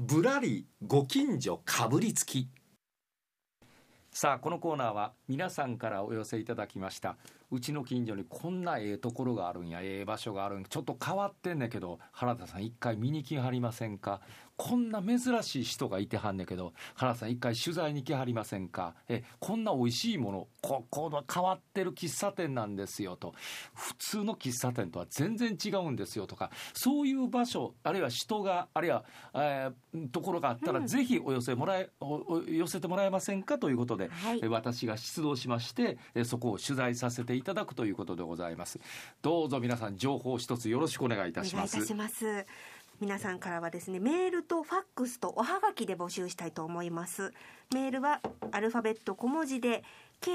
ぶらりご近所かぶりつき。さあこのコーナーは皆さんからお寄せいただきました、うちの近所にこんなところがあるんや、場所があるん、ちょっと変わってんねんけど原田さん一回見に来はりませんか、こんな珍しい人がいてはんねんけど原田さん一回取材に来はりませんか、こんな美味しいもの、この変わってる喫茶店なんですよと、普通の喫茶店とは全然違うんですよとか、そういう場所あるいは人があるいは、ところがあったら、ぜひお寄せてもらえませんかということで、私が出動しまして、そこを取材させていただくということでございます。どうぞ皆さん情報一つよろしくお願いいたします。 お願いいたします。皆さんからはですね、メールとファックスとおはがきで募集したいと思います。メールはアルファベット小文字で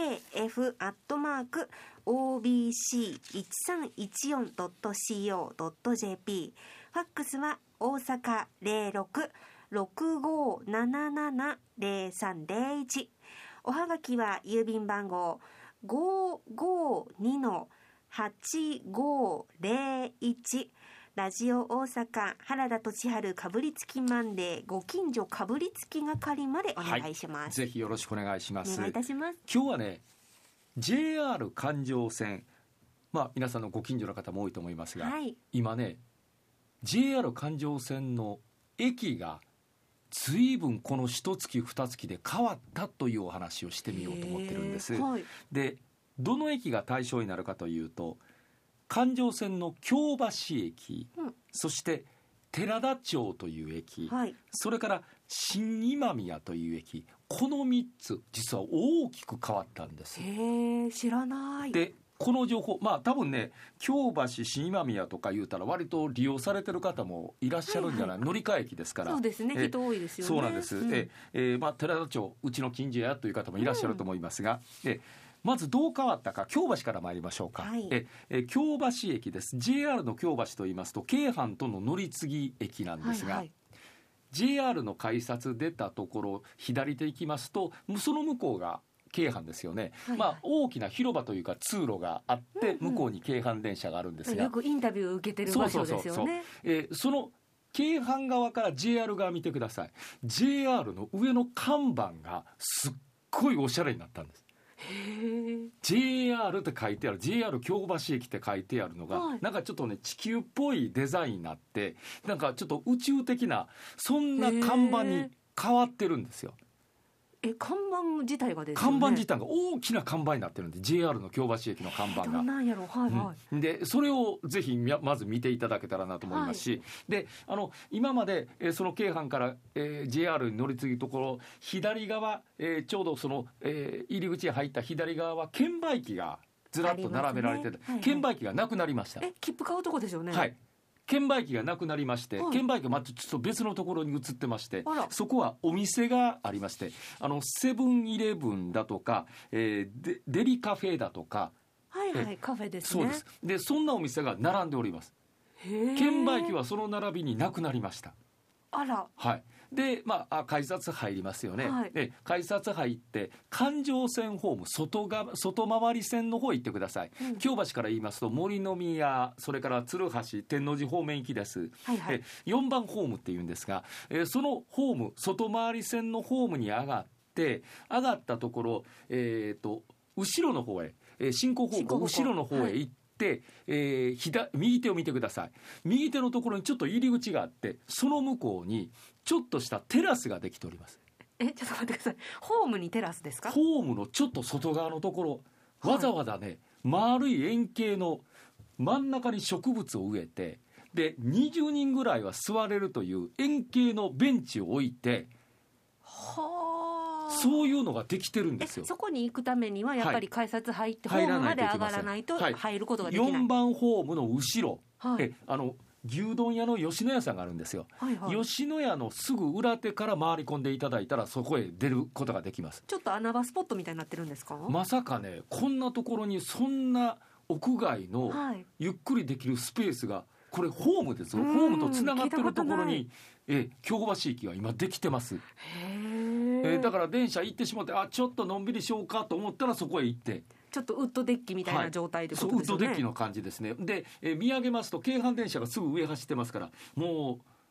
kf@obc1314.co.jp、 ファックスは大阪0665770301、おはがきは郵便番号 552-8501、ラジオ大阪原田俊治かぶりつきマンデーご近所かぶりつき係までお願いします。 ぜひよろしくお願いします。 お願いいたします。 今日はね JR 環状線、皆さんのご近所の方も多いと思いますが、今ね JR 環状線の駅が随分この一月二月で変わったというお話をしてみようと思ってるんです。でどの駅が対象になるかというと、環状線の京橋駅、そして寺田町という駅、それから新今宮という駅、この3つ実は大きく変わったんです。 知らない。 でこの情報、多分ね京橋新今宮とか言うたら割と利用されてる方もいらっしゃるんじゃない、乗り換え駅ですから。 そうですね、人多いですよね。 そうなんです、寺田町うちの近所やという方もいらっしゃると思いますが、まずどう変わったか、京橋から参りましょうか。京橋駅です。 JR の京橋といいますと京阪との乗り継ぎ駅なんですが、JR の改札出たところ左手行きますとその向こうが京阪ですよね。大きな広場というか通路があって、向こうに京阪電車があるんですが、 よくインタビュー受けてる場所ですよね。 その京阪側から JR 側見てください。 JR の上の看板がすっごいおしゃれになったんです。JR って書いてある、 JR 京橋駅って書いてあるのが、なんかちょっとね地球っぽいデザインになって、なんかちょっと宇宙的なそんな看板に変わってるんですよ。 看板自体がですよね。 看板自体が大きな看板になってるんで、 JR の京橋駅の看板がどんなんやろ。 でそれをぜひまず見ていただけたらなと思いますし、で今までその京阪から、JR に乗り継ぐところ左側、ちょうどその、入り口に入った左側は券売機がずらっと並べられてて、券売機がなくなりました。 切符買うとこですよね。 券売機がなくなりまして、券売機がまたちょっと別のところに移ってまして、そこはお店がありまして、セブンイレブンだとか、デリカフェだとか、 カフェですね。 そうです。でそんなお店が並んでおります。券売機はその並びになくなりました。で、改札入りますよね。で改札入って環状線ホーム外回り線の方行ってください。京橋から言いますと森の宮、それから鶴橋天王寺方面行きです。4番ホームっていうんですが、そのホーム外回り線のホームに上がったところ、後ろの方へ、進行方向後ろの方へ行って、右手を見てください。右手のところにちょっと入り口があって、その向こうにちょっとしたテラスができております。 ちょっと待ってください。ホームにテラスですか？ ホームのちょっと外側のところ、わざわざね、丸い円形の真ん中に植物を植えて、で20人ぐらいは座れるという円形のベンチを置いて、そういうのができてるんですよ。 そこに行くためにはやっぱり改札入ってホームまで上がらないと入ることができない。 4番ホームの後ろ、牛丼屋の吉野家さんがあるんですよ。吉野家のすぐ裏手から回り込んでいただいたらそこへ出ることができます。 ちょっと穴場スポットみたいになってるんですか？ まさかね、こんなところにそんな屋外のゆっくりできるスペースが、これホームですよ。ホームとつながってるところに京橋駅が今できてます。だから電車行ってしまって、ちょっとのんびりしようかと思ったらそこへ行って、 ちょっとウッドデッキみたいな状態ってことですよね。 ウッドデッキの感じですね。で、見上げますと京阪電車がすぐ上走ってますから、も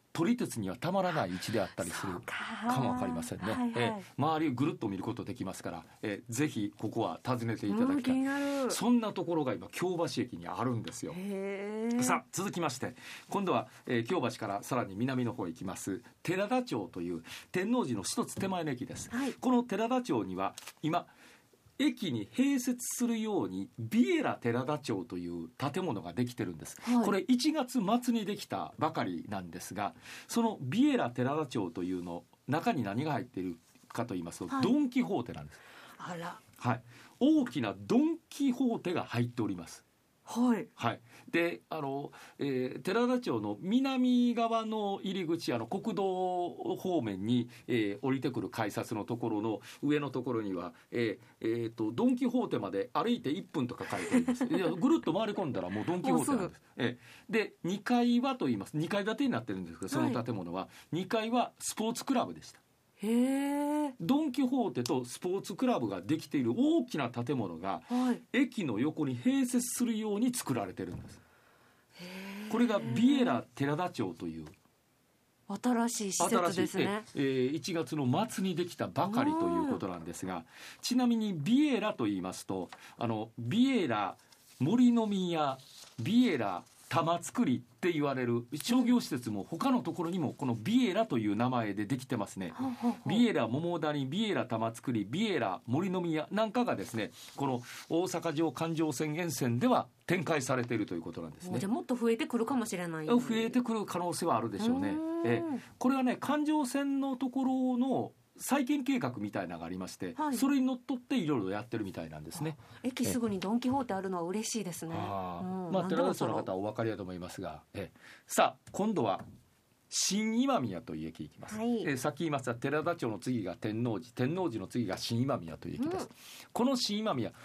撮り鉄にはたまらない位置であったりするかもわかりませんね、 はいはい、 周りをぐるっと見ることできますから、ぜひここは訪ねていただきたい。 気になる。 そんなところが今京橋駅にあるんですよ。さあ続きまして今度は、京橋からさらに南の方へ行きます寺田町という天王寺の一つ手前の駅です、はい、この寺田町には今駅に併設するようにビエラ寺田町という建物ができてるんです、はい、これ1月末にできたばかりなんですが、そのビエラ寺田町というの中に何が入っているかと言いますと、はい、ドン・キホーテなんです。 あら、 はい、大きなドン・キホーテが入っております。 はいはい、で寺田町の南側の入り口、国道方面に、降りてくる改札のところの上のところには、ドン・キホーテまで歩いて1分とか書いてありますいやぐるっと回り込んだらもうドン・キホーテなんです。で2階はと言います、2階建てになってるんですけど、その建物は2階はスポーツクラブでした。 へー、 ドン・キホーテとスポーツクラブができている大きな建物が、はい、駅の横に併設するように作られてるんです。これがビエラ寺田町という新しい施設ですね。 1月の末にできたばかりということなんですが、ちなみにビエラと言いますとビエラ森の宮、ビエラ玉造りって言われる商業施設も他のところにもこのビエラという名前でできてますね。ビエラ桃谷、ビエラ玉造り、ビエラ森の宮なんかがですね、この大阪城環状線沿線では展開されているということなんですね。 じゃあもっと増えてくるかもしれない。 増えてくる可能性はあるでしょうね。これはね、環状線のところの再建計画みたいなのがありまして、はい、それにのっとっていろいろやってるみたいなんですね。 駅すぐにドン・キホーテあるのは嬉しいですね。 寺田町の方はお分かりだと思いますが、さあ今度は新今宮という駅に行きます、はい、さっき言いました寺田町の次が天王寺、天王寺の次が新今宮という駅です、この新今宮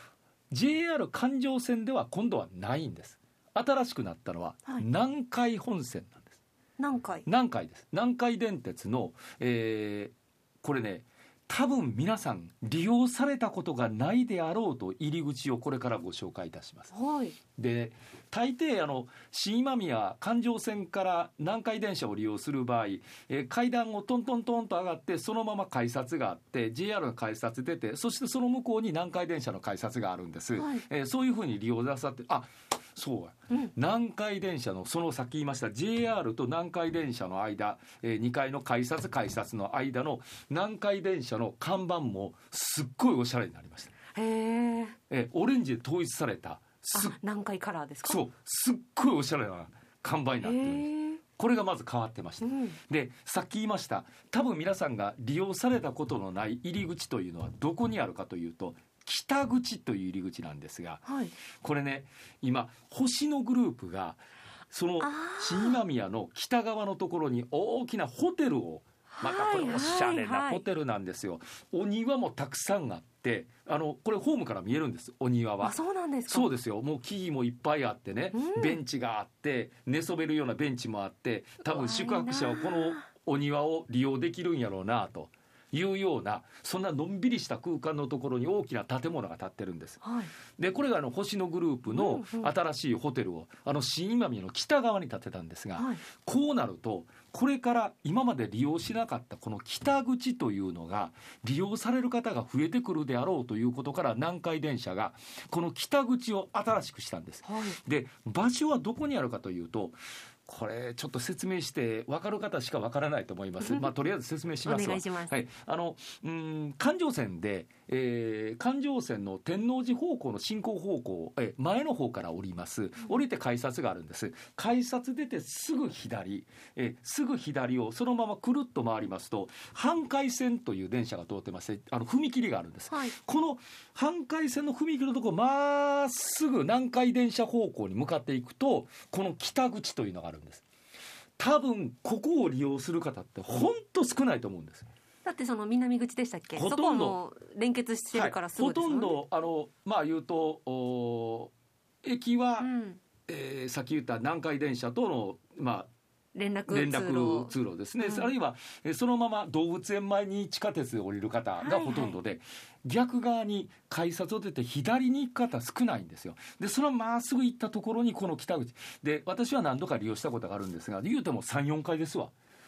JR 環状線では今度はないんです。新しくなったのは南海本線なんです。南海です。南海電鉄の、これね、多分皆さん利用されたことがないであろうと入り口をこれからご紹介いたします、はい、で大抵新今宮環状線から南海電車を利用する場合、階段をトントントンと上がってそのまま改札があって JR の改札出て、そしてその向こうに南海電車の改札があるんです、はい、そういうふうに利用なさって、そう南海電車のその先言いました JR と南海電車の間、2階の改札の間の南海電車の看板もすっごいおしゃれになりました。オレンジで統一された南海カラーですか。 そう、すっごいおしゃれな看板になってるんです。これがまず変わってました、でさっき言いました多分皆さんが利用されたことのない入り口というのはどこにあるかというと北口という入り口なんですが、はい、これね今星野グループがその新今宮の北側のところに大きなホテルを、またこれおしゃれなホテルなんですよ、お庭もたくさんあってこれホームから見えるんです。お庭はそうなんですか。 そうですよ。もう木々もいっぱいあってね、ベンチがあって寝そべるようなベンチもあって、多分宿泊者はこのお庭を利用できるんやろうなというような、そんなのんびりした空間のところに大きな建物が建ってるんです、はい、でこれが星野グループの新しいホテルを新今宮の北側に建てたんですが、はい、こうなるとこれから今まで利用しなかったこの北口というのが利用される方が増えてくるであろうということから、南海電車がこの北口を新しくしたんです、はい、で場所はどこにあるかというと、これちょっと説明して分かる方しか分からないと思います、とりあえず説明しますわ。 お願いします、 はい、環状線で、環状線の天王寺方向の進行方向、前の方から降ります。降りて改札があるんです。改札出てすぐ左、をそのままくるっと回りますと阪海線という電車が通ってまして、踏切があるんです、はい、この阪海線の踏切のところまっすぐ南海電車方向に向かっていくと、この北口というのがあるんです。多分ここを利用する方って本当少ないと思うんです。 だってその南口でしたっけ。そこはもう連結してるからすぐですよね、 はい、ほとんど言うと駅は、さっき言った南海電車との連絡通路ですね、あるいはそのまま動物園前に地下鉄で降りる方がほとんどで、逆側に改札を出て左に行く方少ないんですよ。でそのまっすぐ行ったところにこの北口で、私は何度か利用したことがあるんですが、言うても 3,4 回ですわ。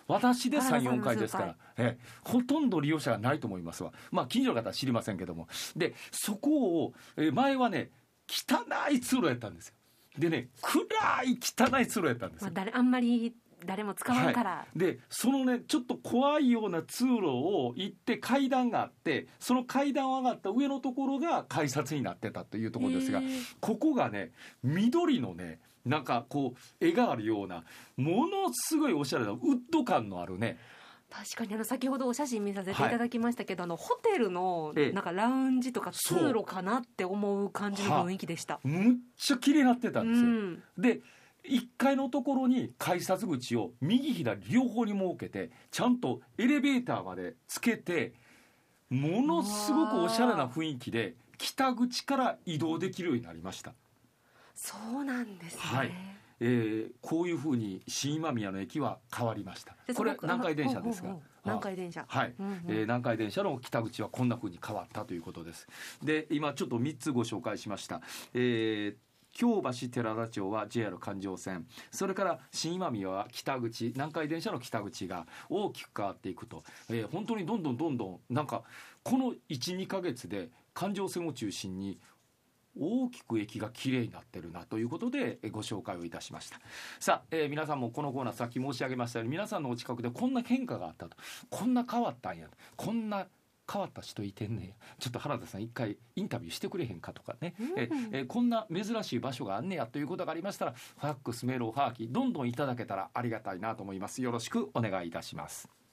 私で 3,4 回ですから、ほとんど利用者がないと思いますわ。近所の方は知りませんけども。でそこを、前はね汚い通路やったんですよ。でね暗い汚い通路やったんですよ。 あんまり誰も使わんから、 でそのねちょっと怖いような通路を行って階段があって、その階段を上がった上のところが改札になってたというところですが、ここがね緑のねなんかこう絵があるようなものすごいおしゃれなウッド感のあるね。 確かに先ほどお写真見させていただきましたけど、ホテルのなんかラウンジとか通路かなって思う感じの雰囲気でした。 むっちゃ綺麗になってたんですよ。で1階のところに改札口を右左両方に設けて、ちゃんとエレベーターまでつけて、ものすごくおしゃれな雰囲気で北口から移動できるようになりました。 そうなんですね。 こういうふうに新今宮の駅は変わりました。これ南海電車ですが、 南海電車、 南海電車の北口はこんなふうに変わったということです。で今ちょっと3つご紹介しました。京橋寺田町は JR 環状線、それから新今宮は北口、南海電車の北口が大きく変わっていくと、本当にどんどんなんかこの 1,2 ヶ月で環状線を中心に大きく駅がきれいになってるなということでご紹介をいたしました。さあ、皆さんもこのコーナーさっき申し上げましたように、皆さんのお近くでこんな変化があったと、こんな変わったんやと、こんな変わった人いてんねや、ちょっと原田さん一回インタビューしてくれへんかとかね、こんな珍しい場所があんねやということがありましたら、ファックスメールおはがきどんどんいただけたらありがたいなと思います。よろしくお願いいたします。